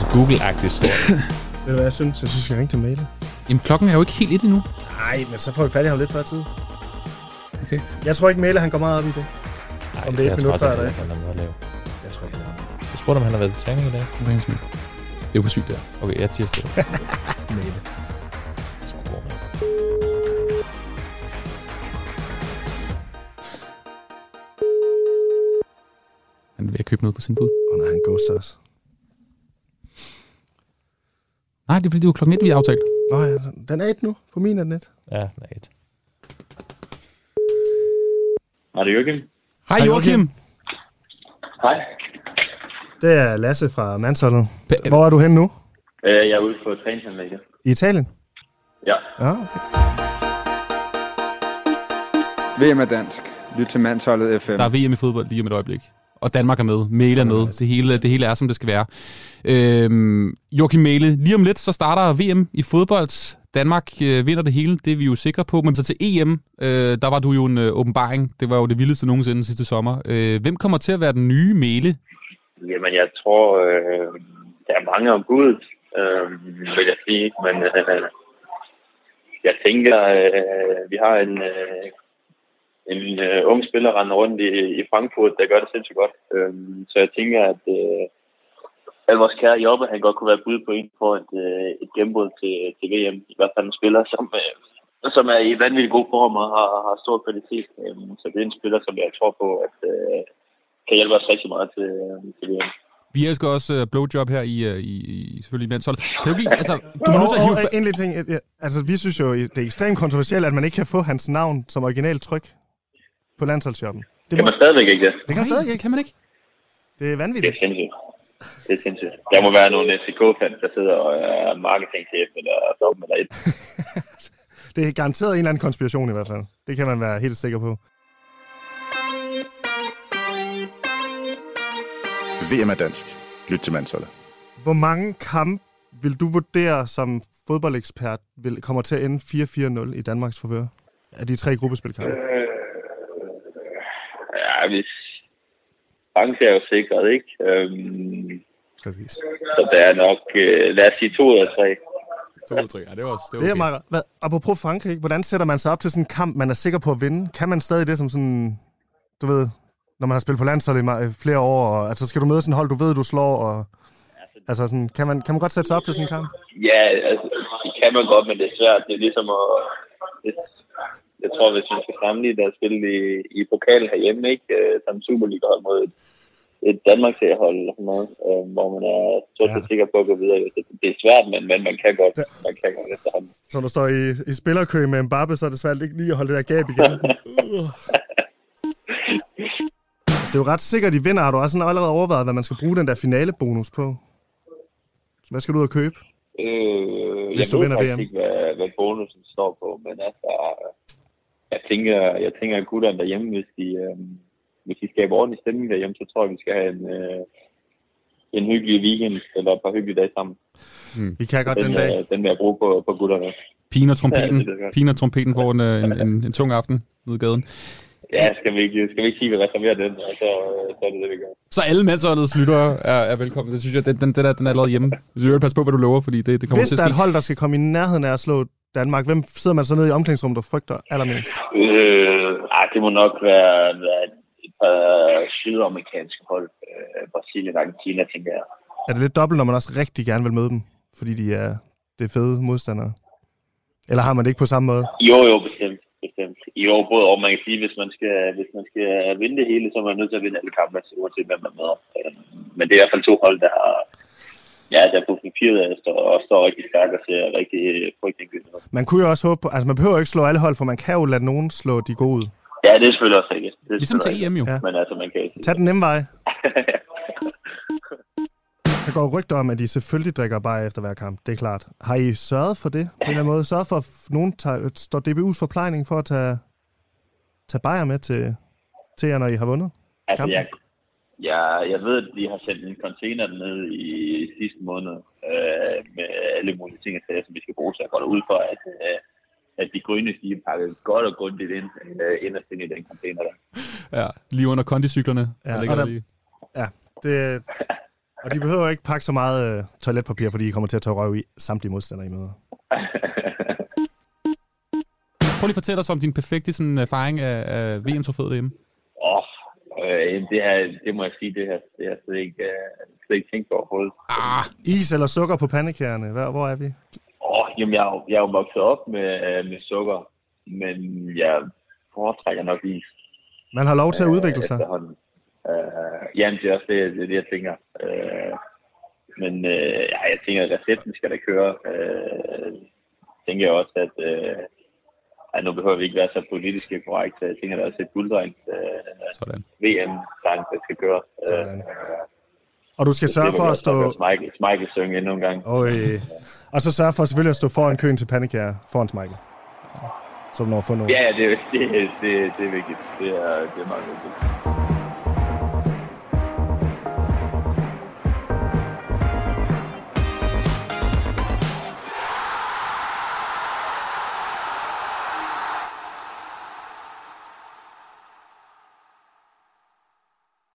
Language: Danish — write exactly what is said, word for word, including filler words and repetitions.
Google-agtig story. Ved du hvad jeg synes? Jeg synes, jeg skal ringe til Mæle. Jamen, klokken er jo ikke helt et endnu. Nej, men så får vi fat i ham lidt før tid. Okay. Jeg tror ikke, Mæle han går meget op i det. Nej, om det er et minut før i dag. Han er meget lav. Jeg tror ikke, han er. Jeg spurgte, om han har været til træning i dag. Det er jo for sygt, der. Okay, jeg er tirsdag. Mæle. Han er ved at købe noget på sin fod. Åh oh, nej, han ghoster os. Nej, det er fordi, det var klokken et, vi aftalte. Nå ja, den er et nu. På min er den et. Ja, den er et. Hej, det er Joachim. Hej Joachim. Hej. Det er Lasse fra Mandsholdet. Hvor er du henne nu? Jeg er ude på træningsanlægget. I Italien? Ja. Ja, okay. V M er dansk. Lyt til Mandsholdet F M. Der er V M i fodbold lige om et øjeblik. Og Danmark er med. Mæle er med. Det hele, det hele er, som det skal være. Øhm, Joachim Mæle, lige om lidt, så starter V M i fodbold. Danmark øh, vinder det hele, det er vi jo sikre på. Men så til E M, øh, der var du jo en øh, åbenbaring. Det var jo det vildeste nogensinde sidste sommer. Øh, hvem kommer til at være den nye Mæle? Jamen, jeg tror, øh, der er mange om budet, øh, vil jeg sige. Men øh, jeg tænker, øh, vi har en... Øh, en uh, ung spiller render rundt i, i Frankfurt, der gør det sindssygt godt. Øhm, så jeg tænker, at, uh, at vores kære Jobbe, han godt kunne være bud på en på et, uh, et gennembrud til, til V M. I hvert fald en spiller, som, uh, som er i vanvittig god form og har, har stor kvalitet. Um, så det er en spiller, som jeg tror på, at uh, kan hjælpe os rigtig meget til, uh, til V M. Vi elsker også uh, blowjob her i, uh, i, i selvfølgelig Mandsholdet. Kan du lige, altså, du må nødt til at hive... En lille ting, altså vi synes jo, det er ekstremt kontroversielt, at man ikke kan få hans navn som originalt tryk på landsholdsshoppen. Det kan man stadigvæk ikke det. Det kan man stadig ikke. Kan man ikke? Det er vanvittigt. Det er sindssygt. Det er sindssygt. Der må være nogle F C K-fans, der sidder og er marketingchef eller dobbelt eller et. Det er garanteret en eller anden konspiration i hvert fald. Det kan man være helt sikker på. V M er dansk. Lyt til Mandsholdet. Hvor mange kampe vil du vurdere som fodboldekspert vil, kommer til at ende fire fire nul i Danmarks favør? Af de tre gruppespilkampe? Øh, ja, hvis... Frankrig er jo sikret, ikke? Øhm, Præcis. Så der er nok... Øh, lad os sige to ud af tre. to ud af tre, ja, det var også... Det, det er okay. Meget... Hvad, apropos Frankrig, hvordan sætter man sig op til sådan en kamp, man er sikker på at vinde? Kan man stadig det som sådan... Du ved, når man har spillet på landsholdet i flere år, og, altså skal du møde sådan en hold, du ved, du slår, og... Altså sådan, kan man, kan man godt sætte sig op til sådan en kamp? Ja, altså, det kan man godt, men det er svært. Det er ligesom at... Det, jeg tror, hvis man skal sammenligne at spille i, i pokalen herhjemme, ikke? Som Superliga-hold mod et, et Danmark-seriehold eller sådan noget, øh, hvor man er så ja. sikker på at gå videre. Det, det er svært, men, men man kan godt. Man kan godt efterhånden. Så når du står i, i spillerkø med Mbappe, så er det svært ikke lige at holde det der gab igen. uh. Så det er jo ret sikkert, at I vinder. Har du også sådan allerede overvejet, hvad man skal bruge den der finale-bonus på? Så hvad skal du ud og købe? Øh, Hvis jeg du ved vinder faktisk V M. ikke, hvad, hvad bonusen står på, men altså, jeg tænker, jeg tænker at gutterne derhjemme, hvis de, øh, hvis de skaber ordentlig stemning derhjemme, så tror jeg, vi skal have en, øh, en hyggelig weekend, eller et par hyggelige dage sammen. Hmm. Vi kan godt den, den dag. Øh, den vil jeg bruge på, på gutterne. Pine og trompeten, ja, Pine og trompeten får en, en, en, en tung aften ude i gaden. Ja, skal vi ikke, skal vi ikke sige, at vi reserverer den, og så, så er det det, vi gør. Så alle Mandsholdets lyttere er, er velkommen. Det synes jeg, den, den, den, er, den er allerede hjemme. Hvis du vil passe på, hvad du lover, fordi det, det kommer Hvis til at ske. Hvis der er et hold, der skal komme i nærheden af at slå Danmark, hvem sidder man så nede i omklædningsrummet og frygter allermest? Øh, ej, det må nok være, være et par sydamerikanske hold. Øh, Brasilien og Argentina, tænker jeg. Er det lidt dobbelt, når man også rigtig gerne vil møde dem? Fordi de er, det er fede modstandere? Eller har man det ikke på samme måde? Jo, jo, bestemt. bestemt. Jo, både og man kan sige, hvis man skal, hvis man skal vinde det hele, så er man nødt til at vinde alle kampe, uanset hvem man møder. Men det er i hvert fald to hold, der har, ja, der på papiret står, og står rigtig stærkt og ser rigtig frygtindgivende ud. Man kunne jo også håbe på, altså man behøver ikke slå alle hold, for man kan jo lade nogen slå de gode ud. Ja, det er selvfølgelig også ikke. Det er ligesom til E M jo. Ja. Men altså, man kan ikke. Tag den nemme vej. Der går rygter om, at I selvfølgelig drikker bare efter hver kamp. Det er klart. Har I sørget for det på en eller anden måde? Sørget for, at nogen tager, står D B U's forplejning for at tage, tage bajer med til, til jer, når I har vundet altså, kampen? Jeg, jeg, jeg ved, at de har sendt en container ned i sidste måned øh, med alle mulige ting, som vi skal bruge. Så jeg går ud for, at, øh, at de grønne de er pakket godt og grundigt ind, øh, inderst ind i den container der. Ja, lige under kondicyklerne. Ja, der der, lige. ja det... Og de behøver ikke pakke så meget øh, toiletpapir, fordi I kommer til at tage røv i samtlige modstandere i møder. Prøv lige at fortælle os om din perfekte sådan, erfaring af, af V M-trofæet derhjemme. Åh, oh, øh, det, her, det må jeg sige, det her, det har jeg slet ikke, uh, slet ikke tænkt på overhovedet. Ah, is eller sukker på pandekærerne? Hvor, hvor er vi? Åh, oh, jamen jeg, jeg er jo vokset op med, med sukker, men jeg foretrækker nok is. Man har lov til at udvikle sig. Uh, jamen, det er også det, det, det jeg tænker. Uh, men uh, ja, jeg tænker, at recepten skal da køre. Uh, tænker jeg også, at uh, ej, nu behøver vi ikke være så politisk korrekt, så jeg tænker, at der er også et gulddreng uh, V M-sang, der skal køre. Uh, og du skal sørge for at stå... Michael, Michael synge endnu en gang. Og, øh, og så sørge for selvfølgelig at stå foran køen til pandekager foran Michael. Så du når at få noget. Ja, det, det, det, det er vigtigt. Det er, det er meget vigtigt.